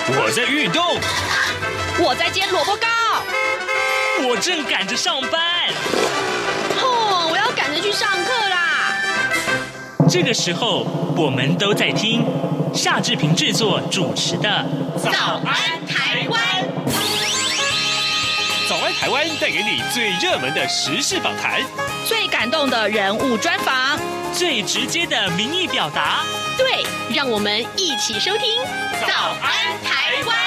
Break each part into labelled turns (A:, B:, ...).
A: 我在运动，
B: 我在煎萝卜糕，
A: 我正赶着上班。
B: 我要赶着去上课啦。
A: 这个时候，我们都在听夏志平制作主持的《
B: 早安台湾》。
A: 早安台湾带给你最热门的时事访谈，
B: 最感动的人物专访，
A: 最直接的民意表达。
B: 对，让我们一起收听《早安台湾》。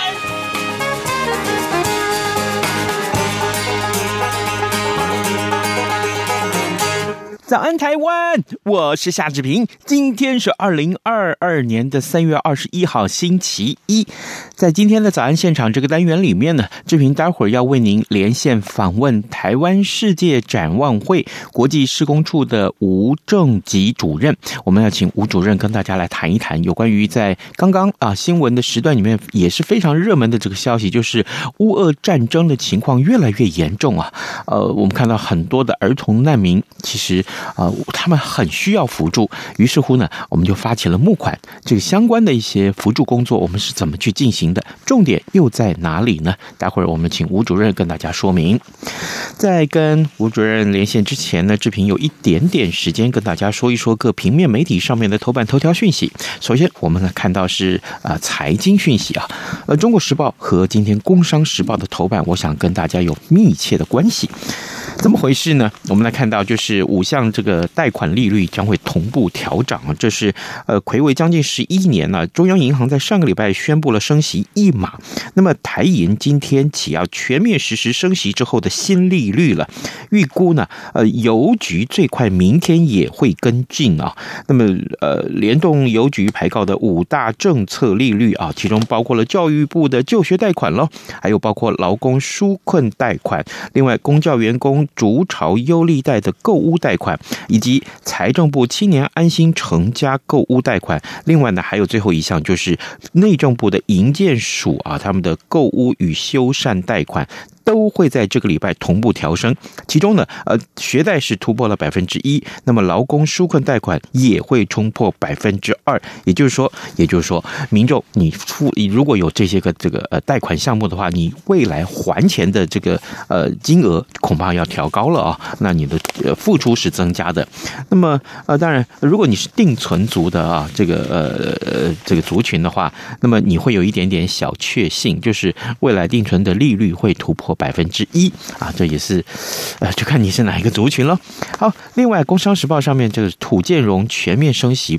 C: 早安台湾，我是夏志平。今天是2022年的3月21号星期一。在今天的早安现场这个单元里面呢，志平待会儿要为您连线访问台湾世界展望会国际施工处的吴正吉主任。我们要请吴主任跟大家来谈一谈有关于在刚刚新闻的时段里面也是非常热门的这个消息，就是乌俄战争的情况越来越严重啊。我们看到很多的儿童难民，其实他们很需要扶助，于是乎呢，我们就发起了募款，这个相关的一些扶助工作，我们是怎么去进行的？重点又在哪里呢？待会儿我们请吴主任跟大家说明。在跟吴主任连线之前呢，志平有一点点时间跟大家说一说各平面媒体上面的头版头条讯息。首先，我们来看到是财经讯息啊，中国时报和今天工商时报的头版，我想跟大家有密切的关系。怎么回事呢？我们来看到就是5项这个贷款利率将会同步调涨啊，这是睽违将近11年了，中央银行在上个礼拜宣布了升息1码。那么台银今天起要全面实施升息之后的新利率了，预估呢邮局最快明天也会跟进啊。那么联动邮局排告的5大政策利率啊，其中包括了教育部的就学贷款咯，还有包括劳工纾困贷款，另外公教员工逐潮优利贷的购屋贷款，以及财政部青年安心成家购屋贷款。另外呢，还有最后一项就是内政部的营建署啊，他们的购屋与修缮贷款都会在这个礼拜同步调升。其中呢，学贷是突破了 1%， 那么劳工纾困贷款也会冲破 2%。也就是说，民众你如果有这些个贷款项目的话，你未来还钱的这个金额恐怕要调高了啊，那你的付出是增加的。那么当然，如果你是定存族的啊，这个族群的话，那么你会有一点点小确幸，就是未来定存的利率会突破 1%啊，这也是就看你是哪一个族群了。好，另外工商时报上面这个土建融全面升息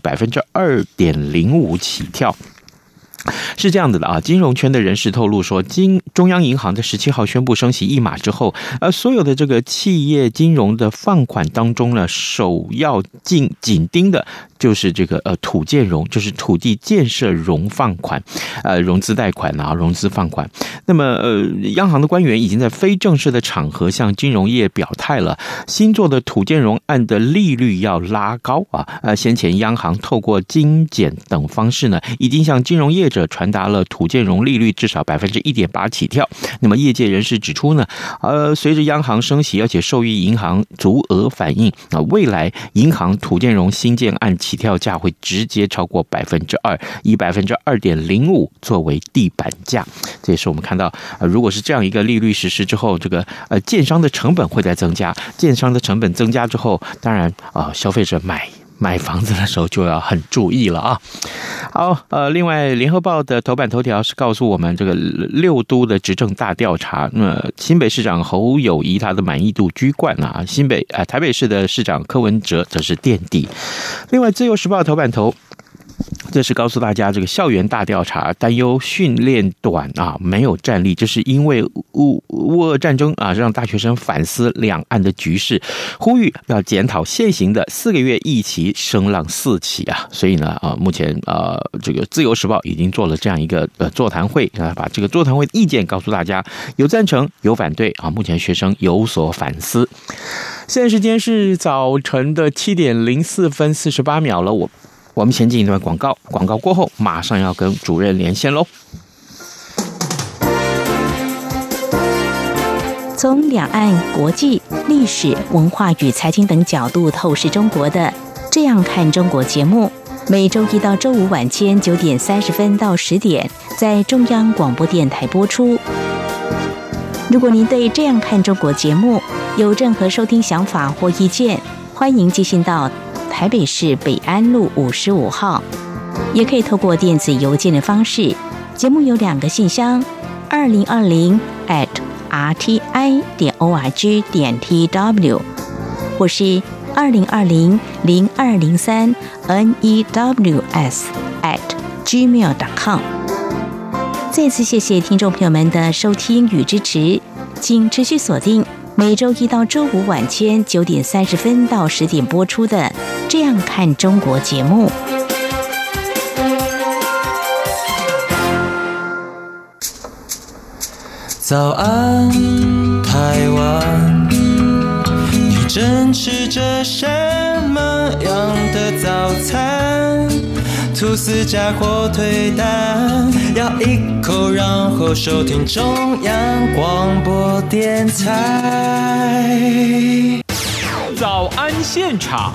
C: 2.05% 起跳。是这样子的啊，金融圈的人士透露说，中央银行在17号宣布升息1码之后，所有的这个企业金融的放款当中呢，首要紧盯的就是这个土建融，就是土地建设融放款，融资贷款啊，融资放款。那么央行的官员已经在非正式的场合向金融业表态了，新做的土建融案的利率要拉高啊。先前央行透过精简等方式呢，已经向金融业者传达了土建融利率至少 1.8% 起跳。那么业界人士指出呢，随着央行升息，而且受益银行足额反应啊，未来银行土建融新建案起跳价会直接超过 2%， 以 2.05% 作为地板价。这也是我们看到如果是这样一个利率实施之后，这个建商的成本会在增加，建商的成本增加之后，当然消费者买房子的时候就要很注意了啊。好，另外联合报的头版头条是告诉我们这个6都的执政大调查，新北市长侯友宜他的满意度居冠啊，台北市的市长柯文哲则是垫底。另外自由时报头版头，这是告诉大家，这个校园大调查担忧训练短啊，没有战力，这是因为乌俄战争啊，让大学生反思两岸的局势，呼吁要检讨现行的4个月役期，声浪四起啊。所以呢，目前这个自由时报已经做了这样一个座谈会啊，把这个座谈会的意见告诉大家，有赞成，有反对啊。目前学生有所反思。现在时间是早晨的7点04分48秒了，我们先进一段广告，广告过后马上要跟主任连线喽。
D: 从两岸、国际、历史、文化与财经等角度透视中国的《这样看中国》节目， 每周一到周五晚间9点30分到10点，在中央广播电台播出。如果您对《这样看中国》节目有任何收听想法或意见，欢迎寄信到台北市北安路55号，也可以透过电子邮件的方式。节目有2个信箱2020@rti.org.tw 或是2020-0203-news@gmail.com。 再次谢谢听众朋友们的收听与支持，请持续锁定每周一到周五晚间9点30分到10点播出的《这样看中国》节目。
E: 早安，台湾，你正吃着什么样的早餐？吐司加火腿蛋，咬一口，然后收听中央广播电台。
C: 早安现场。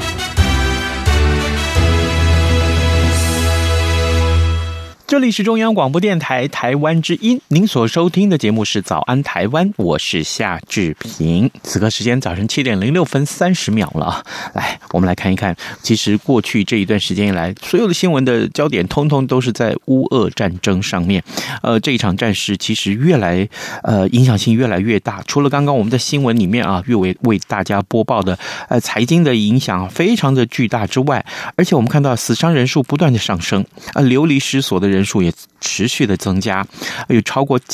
C: 这里是中央广播电台台湾之音，您所收听的节目是早安台湾，我是夏志平。此刻时间早晨7点06分30秒了，来，我们来看一看，其实过去这一段时间以来，所有的新闻的焦点通通都是在乌俄战争上面。这一场战事其实影响性越来越大。除了刚刚我们在新闻里面啊，为大家播报的财经的影响非常的巨大之外，而且我们看到死伤人数不断的上升，流离失所的人数也持续的增加，有超过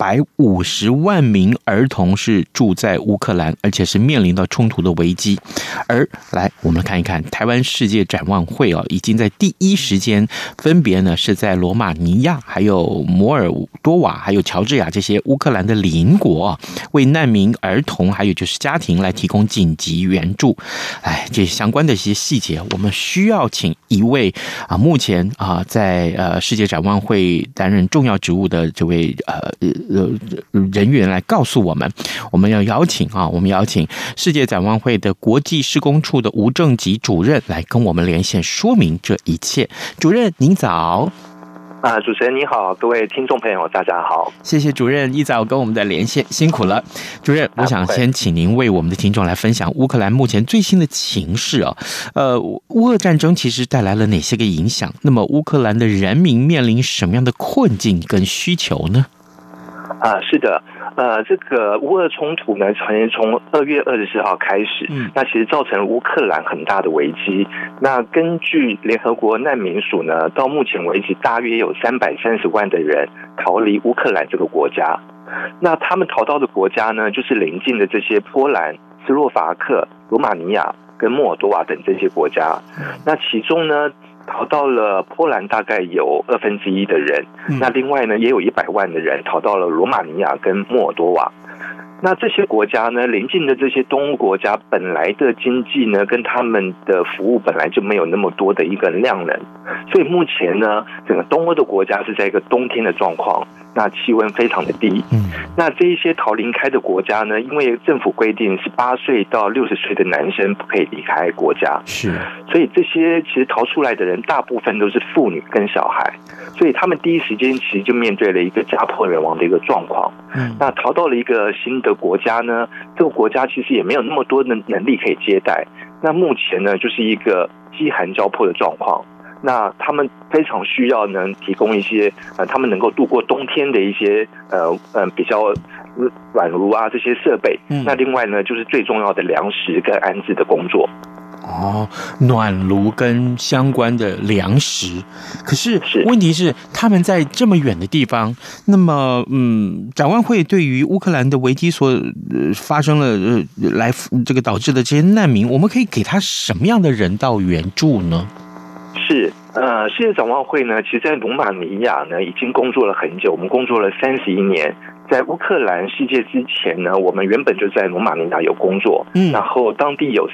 C: 750万名儿童是住在乌克兰，而且是面临到冲突的危机。而来，我们看一看台湾世界展望会已经在第一时间分别呢是在罗马尼亚、还有摩尔多瓦、还有乔治亚这些乌克兰的邻国，为难民儿童还有就是家庭来提供紧急援助。这相关的一些细节，我们需要请一位目前在世界展望会担任重要职务的这位人员来告诉我们。我们邀请世界展望会的国际施工处的吴正吉主任来跟我们连线说明这一切。主任您早。
F: 主持人你好，各位听众朋友大家好，
C: 谢谢主任一早跟我们的连线，辛苦了。主任，我想先请您为我们的听众来分享乌克兰目前最新的情势乌俄战争其实带来了哪些个影响？那么乌克兰的人民面临什么样的困境跟需求呢？
F: 是的，这个乌俄冲突呢，从2月24号开始，那其实造成了乌克兰很大的危机。那根据联合国难民署呢，到目前为止大约有330万的人逃离乌克兰这个国家。那他们逃到的国家呢，就是邻近的这些波兰、斯洛伐克、罗马尼亚跟莫尔多瓦等这些国家。那其中呢，逃到了波兰大概有1/2的人，那另外呢也有100万的人逃到了罗马尼亚跟莫尔多瓦。那这些国家呢，邻近的这些东欧国家本来的经济呢，跟他们的服务本来就没有那么多的一个量能，所以目前呢，整个东欧的国家是在一个冬天的状况，那气温非常的低。那这一些逃离开的国家呢，因为政府规定18岁到60岁的男生不可以离开国家，所以这些其实逃出来的人大部分都是妇女跟小孩，所以他们第一时间其实就面对了一个家破人亡的一个状况。那逃到了一个新的国家呢，这个国家其实也没有那么多的能力可以接待，那目前呢就是一个饥寒交迫的状况。那他们非常需要能提供一些他们能够度过冬天的一些比较暖炉啊这些设备。那另外呢就是最重要的粮食跟安置的工作。
C: 暖炉跟相关的粮食，可是问题是他们在这么远的地方，那么展望会对于乌克兰的危机所发生了来这个导致的这些难民，我们可以给他什么样的人道援助呢？
F: 是世界展望会呢，其实在罗马尼亚呢已经工作了很久，我们工作了31年。在乌克兰世界之前呢，我们原本就在罗马尼亚有工作，然后当地有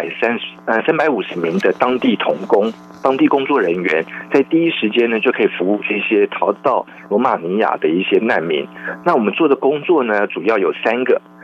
F: 350名的当地同工、当地工作人员，在第一时间呢就可以服务这些逃到罗马尼亚的一些难民。那我们做的工作呢，主要有3个。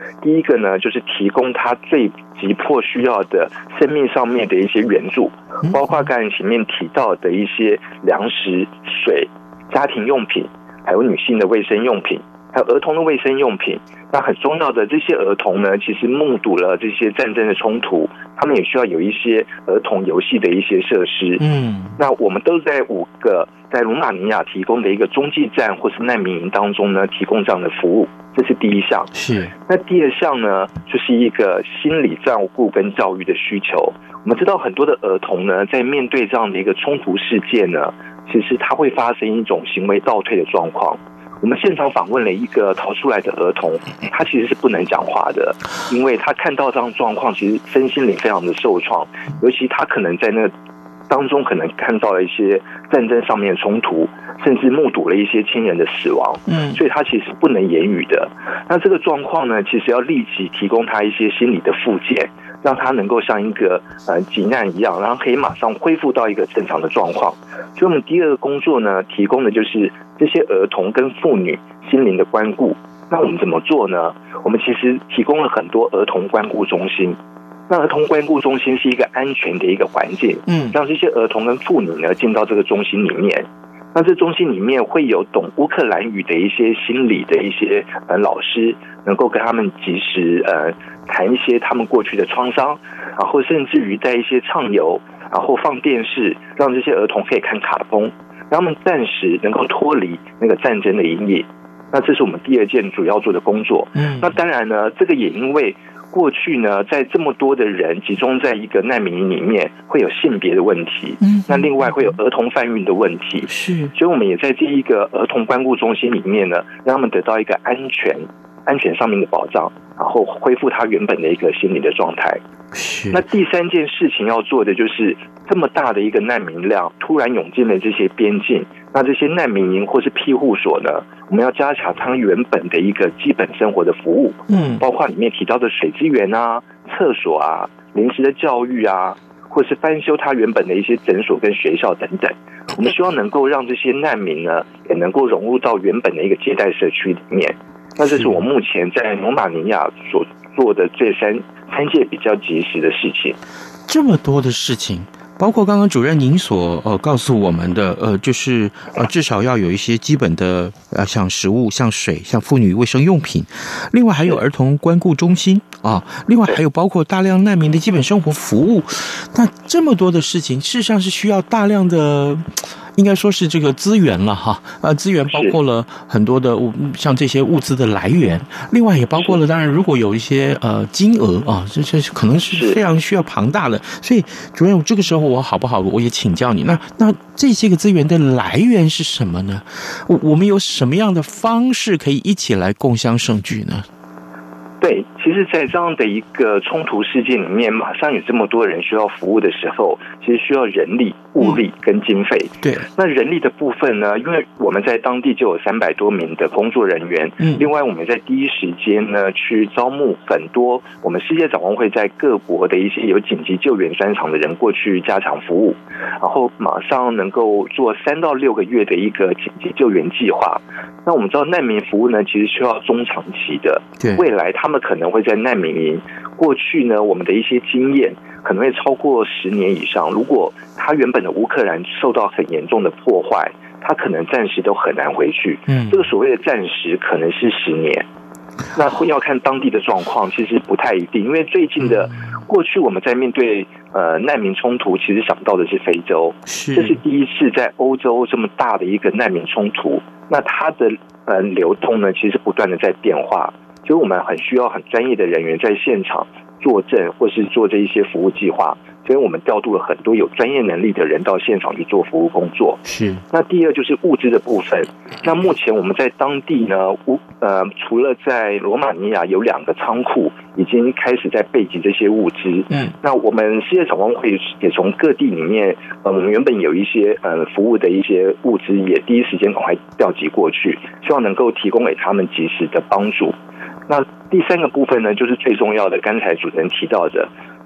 F: 第一个呢，就是提供他最急迫需要的生命上面的一些援助，包括刚才前面提到的一些粮食、水、家庭用品，还有女性的卫生用品，还有儿童的卫生用品。那很重要的，这些儿童呢，其实目睹了这些战争的冲突，他们也需要有一些儿童游戏的一些设施。那我们都在5个在罗马尼亚提供的一个中继站或是难民营当中呢，提供这样的服务，这是第一项。
C: 是。
F: 那第二项呢，就是一个心理照顾跟教育的需求。我们知道很多的儿童呢，在面对这样的一个冲突事件呢，其实它会发生一种行为倒退的状况。我们现场访问了一个逃出来的儿童，他其实是不能讲话的，因为他看到这样状况，其实身心灵非常的受创，尤其他可能在那当中可能看到了一些战争上面的冲突，甚至目睹了一些亲人的死亡，所以他其实不能言语的。那这个状况呢，其实要立即提供他一些心理的复健，让他能够像一个急难一样，然后可以马上恢复到一个正常的状况。所以我们第二个工作呢，提供的就是这些儿童跟妇女心灵的关顾。那我们怎么做呢？我们其实提供了很多儿童关顾中心。那儿童关顾中心是一个安全的一个环境，让这些儿童跟妇女呢进到这个中心里面。那这中心里面会有懂乌克兰语的一些心理的一些老师，能够跟他们及时谈一些他们过去的创伤，然后甚至于在一些畅游，然后放电视，让这些儿童可以看卡通，让他们暂时能够脱离那个战争的阴影。那这是我们第二件主要做的工作。那当然呢，这个也因为过去呢，在这么多的人集中在一个难民营里面，会有性别的问题，那另外会有儿童贩运的问题，
C: 是，
F: 所以我们也在这一个儿童关顾中心里面呢，让他们得到一个安全上面的保障，然后恢复他原本的一个心理的状态。
C: 是。
F: 那第三件事情要做的就是这么大的一个难民量突然涌进了这些边境，那这些难民营或是庇护所呢，我们要加强他原本的一个基本生活的服务，包括里面提到的水资源啊、厕所啊、临时的教育啊，或是翻修他原本的一些诊所跟学校等等。我们希望能够让这些难民呢，也能够融入到原本的一个接待社区里面。那这是我目前在罗马尼亚所做的这三件比较及时的事情。
C: 这么多的事情，包括刚刚主任您所告诉我们的就是至少要有一些基本的像食物、像水、像妇女卫生用品，另外还有儿童关顾中心啊，另外还有包括大量难民的基本生活服务。那这么多的事情，事实上是需要大量的。应该说是这个资源了哈，资源包括了很多的像这些物资的来源，另外也包括了当然如果有一些金额啊，这可能是非常需要庞大的。所以主任，这个时候我好不好，我也请教你，那这些个资源的来源是什么呢？我们有什么样的方式可以一起来共襄盛举呢？
F: 对，其实在这样的一个冲突事件里面，马上有这么多人需要服务的时候，其实需要人力、物力跟经费。
C: 对，
F: 那人力的部分呢，因为我们在当地就有300多名的工作人员，另外我们在第一时间呢去招募很多我们世界展望会在各国的一些有紧急救援专长的人过去加强服务，然后马上能够做3到6个月的一个紧急救援计划。那我们知道难民服务呢，其实需要中长期的，未来他们可能会在难民营。过去呢，我们的一些经验可能会超过10年以上。如果他原本的乌克兰受到很严重的破坏，他可能暂时都很难回去。这个所谓的暂时可能是10年。那要看当地的状况，其实不太一定。因为最近的过去我们在面对难民冲突，其实想到的是非洲，这是第一次在欧洲这么大的一个难民冲突。那它的流动呢，其实不断的在变化，所以我们很需要很专业的人员在现场坐镇，或是做这一些服务计划。所以我们调度了很多有专业能力的人到现场去做服务工作。
C: 是。
F: 那第二就是物资的部分。那目前我们在当地呢，除了在罗马尼亚有2个仓库已经开始在备集这些物资。那我们世界展望会也从各地里面，我们原本有一些服务的一些物资，也第一时间赶快调集过去，希望能够提供给他们及时的帮助。那第3个部分呢，就是最重要的，刚才主持人提到的。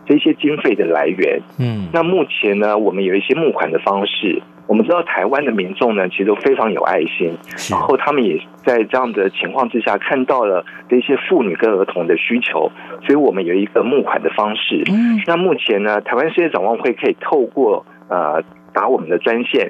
F: 这些经费的来源。那目前呢，我们有一些募款的方式。我们知道台湾的民众呢，其实都非常有爱心，然后他们也在这样的情况之下看到了这些妇女跟儿童的需求，所以我们有一个募款的方式。那目前呢，台湾世界展望会可以透过打我们的专线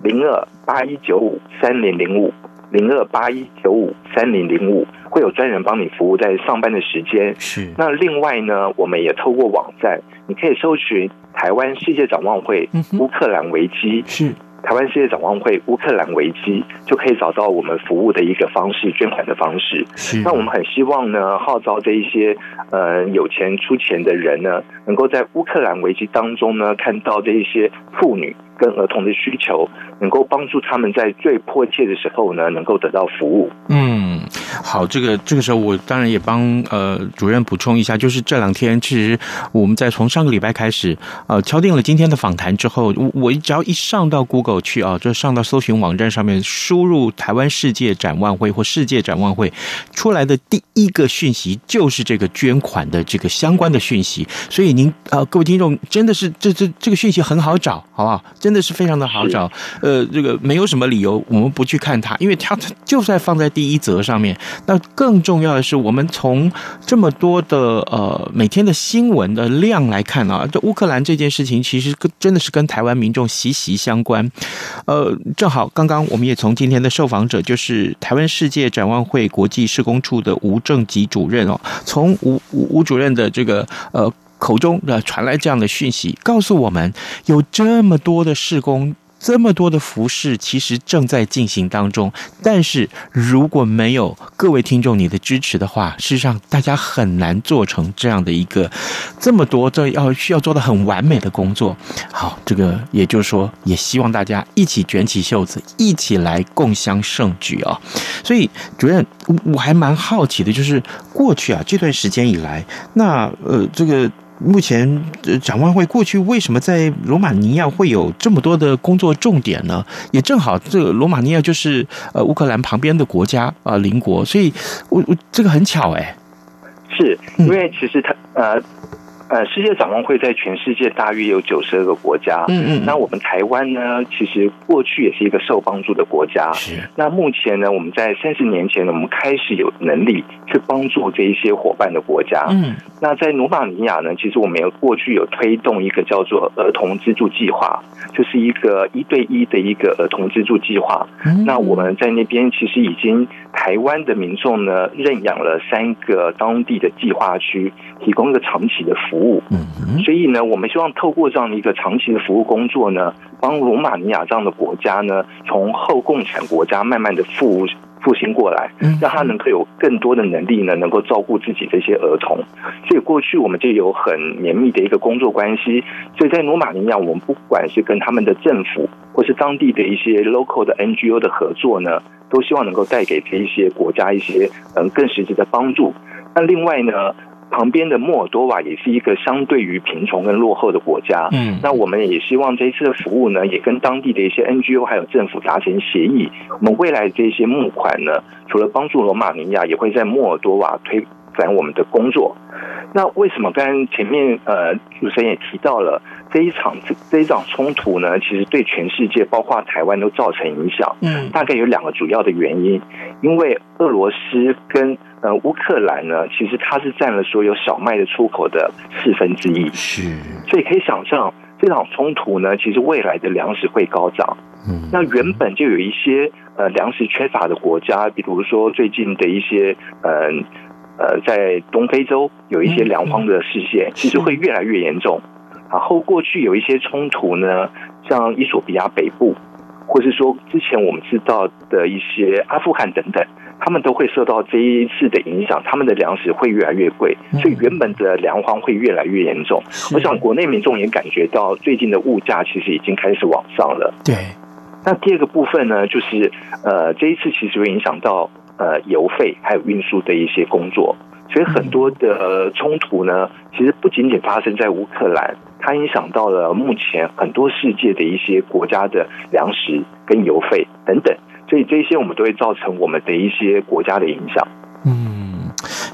F: 0281953005。0281953005会有专人帮你服务在上班的时间。
C: 是。
F: 那另外呢，我们也透过网站，你可以搜寻台湾世界展望会乌克兰危机，
C: 是
F: 台湾世界展望会乌克兰危机，就可以找到我们服务的一个方式，捐款的方式。
C: 是。
F: 那我们很希望呢，号召这一些有钱出钱的人呢，能够在乌克兰危机当中呢，看到这一些妇女跟儿童的需求，能够帮助他们在最迫切的时候呢，能够得到服务。
C: 好，这个时候我当然也帮主任补充一下，就是这2天其实我们从上个礼拜开始敲定了今天的访谈之后，我只要一上到 Google 去就上到搜寻网站上面，输入台湾世界展望会或世界展望会，出来的第一个讯息就是这个捐款的这个相关的讯息。所以您各位听众真的是这个讯息很好找，好不好？真的是非常的好找。这个没有什么理由我们不去看它，因为它就在放在第一则上面。那更重要的是，我们从这么多的每天的新闻的量来看这乌克兰这件事情其实真的是跟台湾民众息息相关。正好刚刚我们也从今天的受访者，就是台湾世界展望会国际事工处的吴正吉主任从吴主任的这个口中传来这样的讯息，告诉我们有这么多的事工，这么多的服事其实正在进行当中，但是如果没有各位听众你的支持的话，事实上大家很难做成这样的一个这么多需要做的很完美的工作。好，这个也就是说，也希望大家一起卷起袖子，一起来共襄盛举啊！所以主任，我还蛮好奇的，就是过去这段时间以来，那这个。目前展望会过去为什么在罗马尼亚会有这么多的工作重点呢？也正好这个罗马尼亚就是乌克兰旁边的国家邻国，所以我这个很巧
F: 是因为其实世界展望会在全世界大约有92个国家。那我们台湾呢，其实过去也是一个受帮助的国家。那目前呢，我们在30年前呢，我们开始有能力去帮助这一些伙伴的国家。那在罗马尼亚呢，其实我们过去有推动一个叫做儿童资助计划，就是一个1对1的一个儿童资助计划。那我们在那边其实已经台湾的民众呢，认养了3个当地的计划区，提供一个长期的服务。所以呢，我们希望透过这样的一个长期的服务工作呢，帮罗马尼亚这样的国家呢，从后共产国家慢慢的复兴过来，让他能够有更多的能力呢，能够照顾自己这些儿童。所以过去我们就有很绵密的一个工作关系。所以在罗马尼亚，我们不管是跟他们的政府，或是当地的一些 local 的 NGO 的合作呢，都希望能够带给这一些国家一些更实质的帮助。那另外呢，旁边的摩尔多瓦也是一个相对于贫穷跟落后的国家。那我们也希望这一次的服务呢，也跟当地的一些 NGO 还有政府达成协议。我们未来这些募款呢，除了帮助罗马尼亚，也会在摩尔多瓦推展我们的工作。那为什么刚才前面主持人也提到了这一场冲突呢？其实对全世界，包括台湾都造成影响。大概有2个主要的原因，因为俄罗斯跟乌克兰呢，其实它是占了所有小麦的出口的1/4。所以可以想象，这场冲突呢，其实未来的粮食会高涨。那原本就有一些粮食缺乏的国家，比如说最近的一些在东非洲有一些粮荒的事件，其实会越来越严重。然后过去有一些冲突呢，像伊索比亚北部，或是说之前我们知道的一些阿富汗等等，他们都会受到这一次的影响，他们的粮食会越来越贵，所以原本的粮荒会越来越严重。我想国内民众也感觉到最近的物价其实已经开始往上了。
C: 对。
F: 那第2个部分呢，就是这一次其实会影响到邮费还有运输的一些工作。所以很多的冲突呢，其实不仅仅发生在乌克兰，它影响到了目前很多世界的一些国家的粮食跟邮费等等，所以这些我们都会造成我们的一些国家的影响。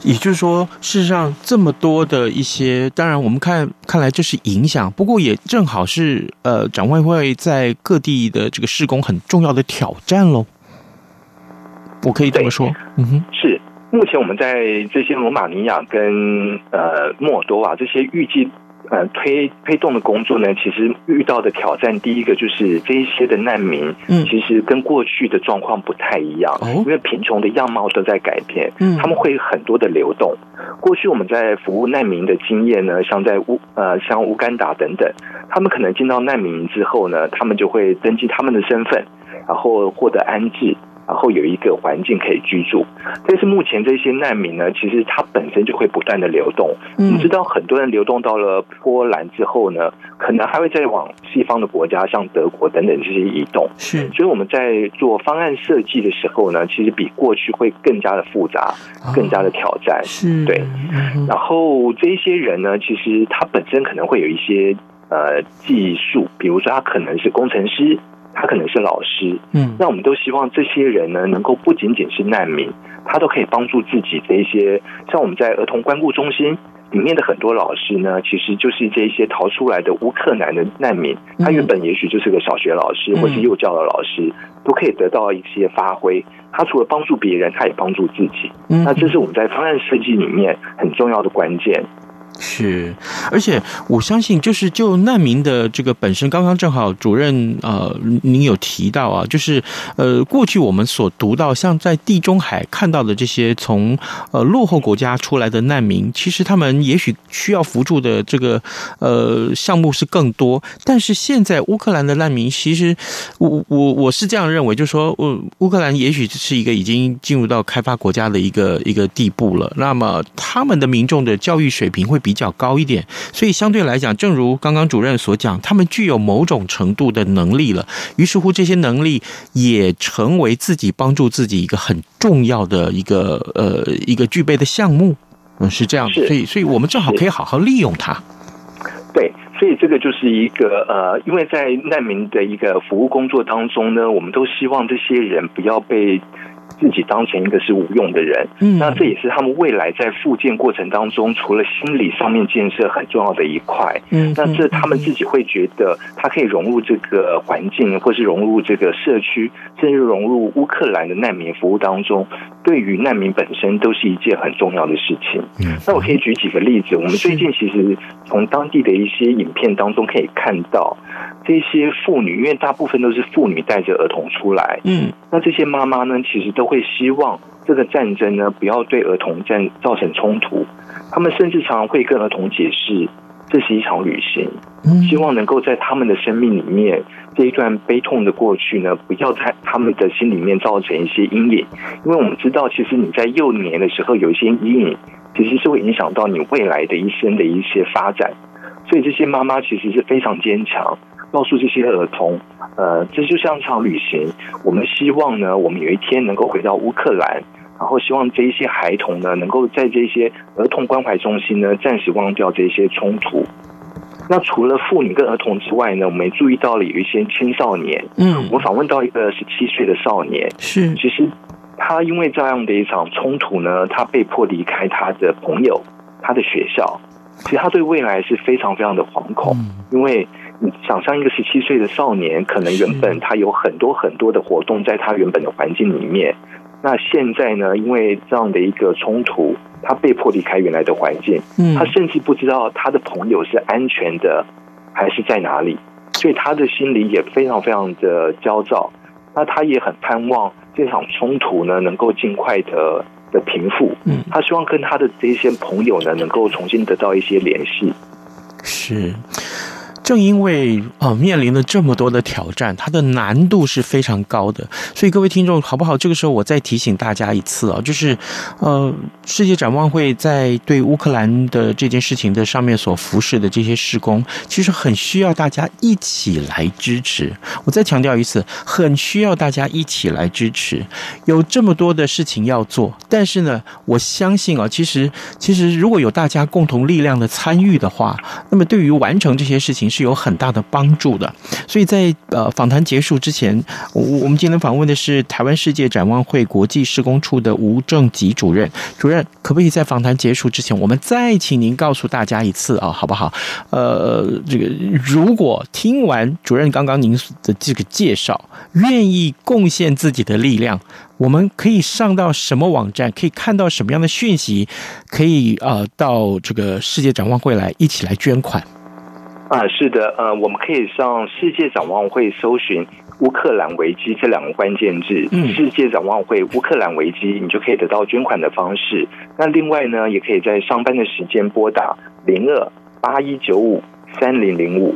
C: 也就是说，事实上这么多的一些，当然我们看来这是影响，不过也正好是展望会在各地的这个事工很重要的挑战咯。我可以这么说。
F: 是。目前我们在这些罗马尼亚跟莫尔多瓦这些预计推动的工作呢，其实遇到的挑战，第一个就是这一些的难民，其实跟过去的状况不太一样，因为贫穷的样貌都在改变，他们会很多的流动。过去我们在服务难民的经验呢，像像乌干达等等，他们可能进到难民营之后呢，他们就会登记他们的身份，然后获得安置。然后有一个环境可以居住，但是目前这些难民呢，其实它本身就会不断的流动。我们知道很多人流动到了波兰之后呢，可能还会再往西方的国家，像德国等等这些移动。是，所以我们在做方案设计的时候呢，其实比过去会更加的复杂，更加的挑战。是，对。然后这些人呢，其实他本身可能会有一些技术，比如说他可能是工程师。他可能是老师，那我们都希望这些人呢，能够不仅仅是难民，他都可以帮助自己这一些，像我们在儿童关顾中心里面的很多老师呢，其实就是这一些逃出来的乌克兰的难民，他原本也许就是个小学老师或是幼教的老师，都可以得到一些发挥。他除了帮助别人，他也帮助自己。那这是我们在方案设计里面很重要的关键。
C: 是，而且我相信，就难民的这个本身，刚刚正好主任您有提到啊，就是过去我们所读到，像在地中海看到的这些从落后国家出来的难民，其实他们也许需要扶助的这个项目是更多，但是现在乌克兰的难民，其实我是这样认为，就是说乌克兰也许是一个已经进入到开发国家的一个地步了，那么他们的民众的教育水平会比较高一点，所以相对来讲，正如刚刚主任所讲，他们具有某种程度的能力了，于是乎这些能力也成为自己帮助自己一个很重要的一个具备的项目，是这样的，所以我们正好可以好好利用它。
F: 对，所以这个就是一个因为在难民的一个服务工作当中呢，我们都希望这些人不要被自己当成一个是无用的人，那这也是他们未来在复健过程当中，除了心理上面建设很重要的一块。那这他们自己会觉得，他可以融入这个环境，或是融入这个社区，甚至融入乌克兰的难民服务当中，对于难民本身都是一件很重要的事情。那我可以举几个例子，我们最近其实从当地的一些影片当中可以看到，这些妇女，因为大部分都是妇女带着儿童出来，那这些妈妈呢，其实都会希望这个战争呢不要对儿童造成冲突，他们甚至常常会跟儿童解释，这是一场旅行，希望能够在他们的生命里面这一段悲痛的过去呢，不要在他们的心里面造成一些阴影，因为我们知道，其实你在幼年的时候有一些阴影，其实是会影响到你未来的一生的一些发展，所以这些妈妈其实是非常坚强，告诉这些儿童，这就像一场旅行，我们希望呢，我们有一天能够回到乌克兰，然后希望这一些孩童呢，能够在这些儿童关怀中心呢，暂时忘掉这些冲突。那除了妇女跟儿童之外呢，我们也注意到了有一些青少年，我访问到一个17岁的少年，是，其实他因为这样的一场冲突呢，他被迫离开他的朋友，他的学校，其实他对未来是非常非常的惶恐，因为你想象一个17岁的少年，可能原本他有很多很多的活动在他原本的环境里面，那现在呢，因为这样的一个冲突，他被迫离开原来的环境，他甚至不知道他的朋友是安全的还是在哪里，所以他的心里也非常非常的焦躁。那他也很盼望这场冲突呢能够尽快的平复，他希望跟他的这些朋友呢能够重新得到一些联系。
C: 是。正因为面临了这么多的挑战，它的难度是非常高的，所以各位听众好不好？这个时候我再提醒大家一次啊，就是世界展望会在对乌克兰的这件事情的上面所服侍的这些事工，其实很需要大家一起来支持。我再强调一次，很需要大家一起来支持。有这么多的事情要做，但是呢，我相信啊，其实如果有大家共同力量的参与的话，那么对于完成这些事情， 是有很大的帮助的。所以在访谈结束之前，我们今天访问的是台湾世界展望会国际施工处的吴正吉主任。主任，可不可以在访谈结束之前，我们再请您告诉大家一次啊，好不好？这个如果听完主任刚刚您的这个介绍，愿意贡献自己的力量，我们可以上到什么网站，可以看到什么样的讯息，可以到这个世界展望会来一起来捐款？
F: 是的，我们可以上世界展望会搜寻乌克兰危机这2个关键字，世界展望会乌克兰危机，你就可以得到捐款的方式。那另外呢，也可以在上班的时间拨打0281953005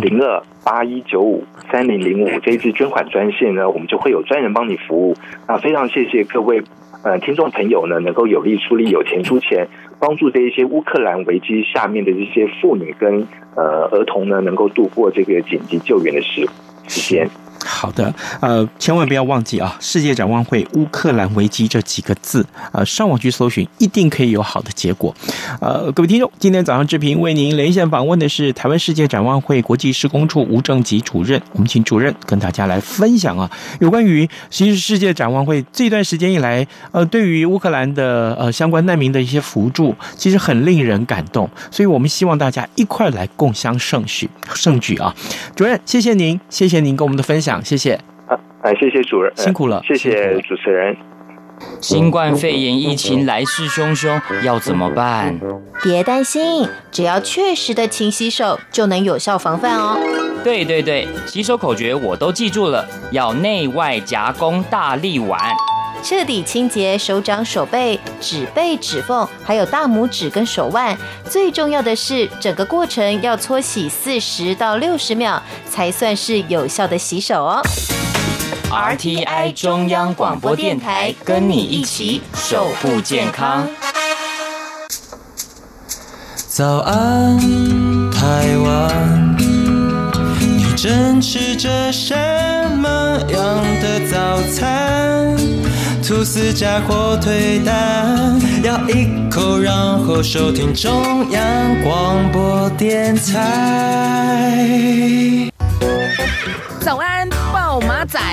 F: 0281953005这一支捐款专线呢，我们就会有专人帮你服务。那非常谢谢各位听众朋友呢，能够有力出力、有钱出钱，帮助这一些乌克兰危机下面的这些妇女跟儿童呢，能够度过这个紧急救援的时间。
C: 好的，千万不要忘记啊！世界展望会乌克兰危机这几个字，上网去搜寻，一定可以有好的结果。各位听众，今天早上志平为您连线访问的是台湾世界展望会国际施工处吴正吉主任，我们请主任跟大家来分享啊，有关于其实世界展望会这段时间以来，对于乌克兰的相关难民的一些扶助，其实很令人感动，所以我们希望大家一块来共襄盛举啊！主任，谢谢您跟我们的分享。谢谢，
F: 谢谢主任，
C: 辛苦了，
F: 谢谢主持人。
G: 新冠肺炎疫情来势汹汹，要怎么办？
B: 别担心，只要确实的勤洗手，就能有效防范哦。
G: 对，洗手口诀我都记住了，要内外夹攻大力丸，
B: 彻底清洁手掌、手背、指背、指缝，还有大拇指跟手腕。最重要的是，整个过程要搓洗40到60秒，才算是有效的洗手哦。
G: RTI 中央广播电台，跟你一起守护健康。
E: 早安，台湾，你正吃着什么样的早餐？吐司加火腿蛋，咬一口，然后收听中央广播电台。
H: 早安，暴马仔。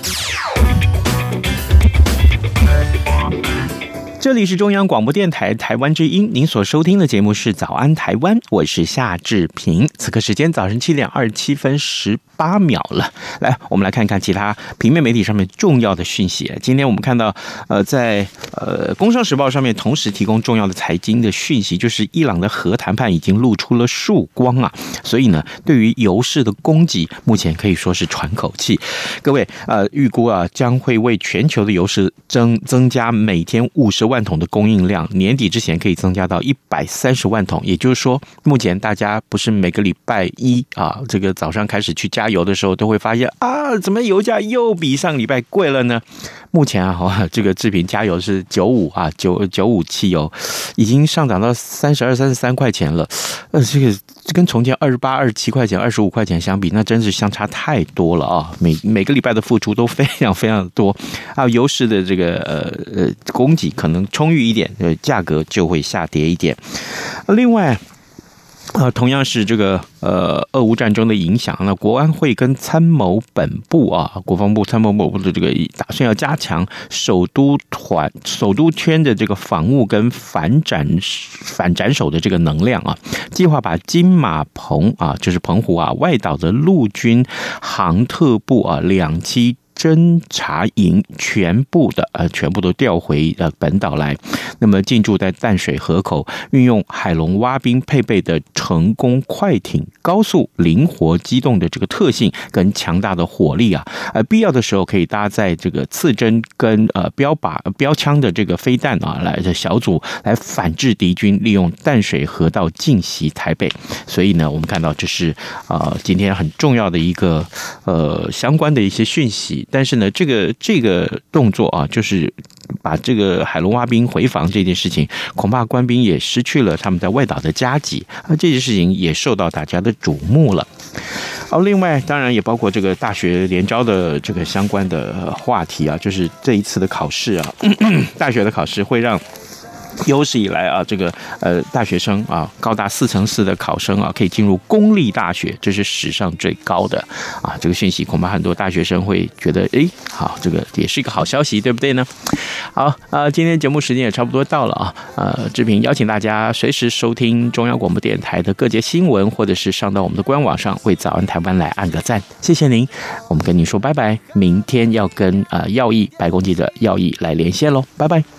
C: 这里是中央广播电台台湾之音，您所收听的节目是早安台湾，我是夏志平。此刻时间早晨7点27分18秒了。来，我们来看看其他平面媒体上面重要的讯息。今天我们看到在工商时报上面同时提供重要的财经的讯息，就是伊朗的核谈判已经露出了曙光啊，所以呢，对于油市的供给目前可以说是喘口气。各位预估啊，将会为全球的油市增加每天50万桶的供应量，年底之前可以增加到130万桶。也就是说，目前大家不是每个礼拜一啊，这个早上开始去加油的时候，都会发现啊，怎么油价又比上礼拜贵了呢？目前啊，这个志平加油是95啊，995汽油已经上涨到32、33块钱了。这个跟从前28、27块钱、25块钱相比，那真是相差太多了啊！每个礼拜的付出都非常非常的多啊，油市的这个供给可能充裕一点，价格就会下跌一点。另外，同样是这个俄乌战争的影响，那国安会跟参谋本部啊，国防部参谋本部的这个打算要加强首都圈的这个防务跟反斩首的这个能量啊，计划把金马澎啊，就是澎湖啊外岛的陆军航特部啊2栖侦察营全部都调回本岛来，那么进驻在淡水河口，运用海龙蛙兵配备的成功快艇，高速灵活机动的这个特性跟强大的火力啊，必要的时候可以搭载这个刺针跟标枪的这个飞弹啊，来的小组来反制敌军利用淡水河道进袭台北。所以呢，我们看到这是今天很重要的一个相关的一些讯息。但是呢，这个动作啊，就是把这个海龙蛙兵回防这件事情，恐怕官兵也失去了他们在外岛的家己啊，这件事情也受到大家的瞩目了。另外当然也包括这个大学联招的这个相关的话题啊，就是这一次的考试啊，大学的考试会让有史以来啊，这个大学生啊，高达4/4的考生啊，可以进入公立大学，这是史上最高的啊。这个讯息恐怕很多大学生会觉得，好，这个也是一个好消息，对不对呢？好，今天节目时间也差不多到了啊。志平邀请大家随时收听中央广播电台的各节新闻，或者是上到我们的官网上为早安台湾来按个赞，谢谢您。我们跟您说拜拜，明天要跟药益白宫记者药益来连线喽，拜拜。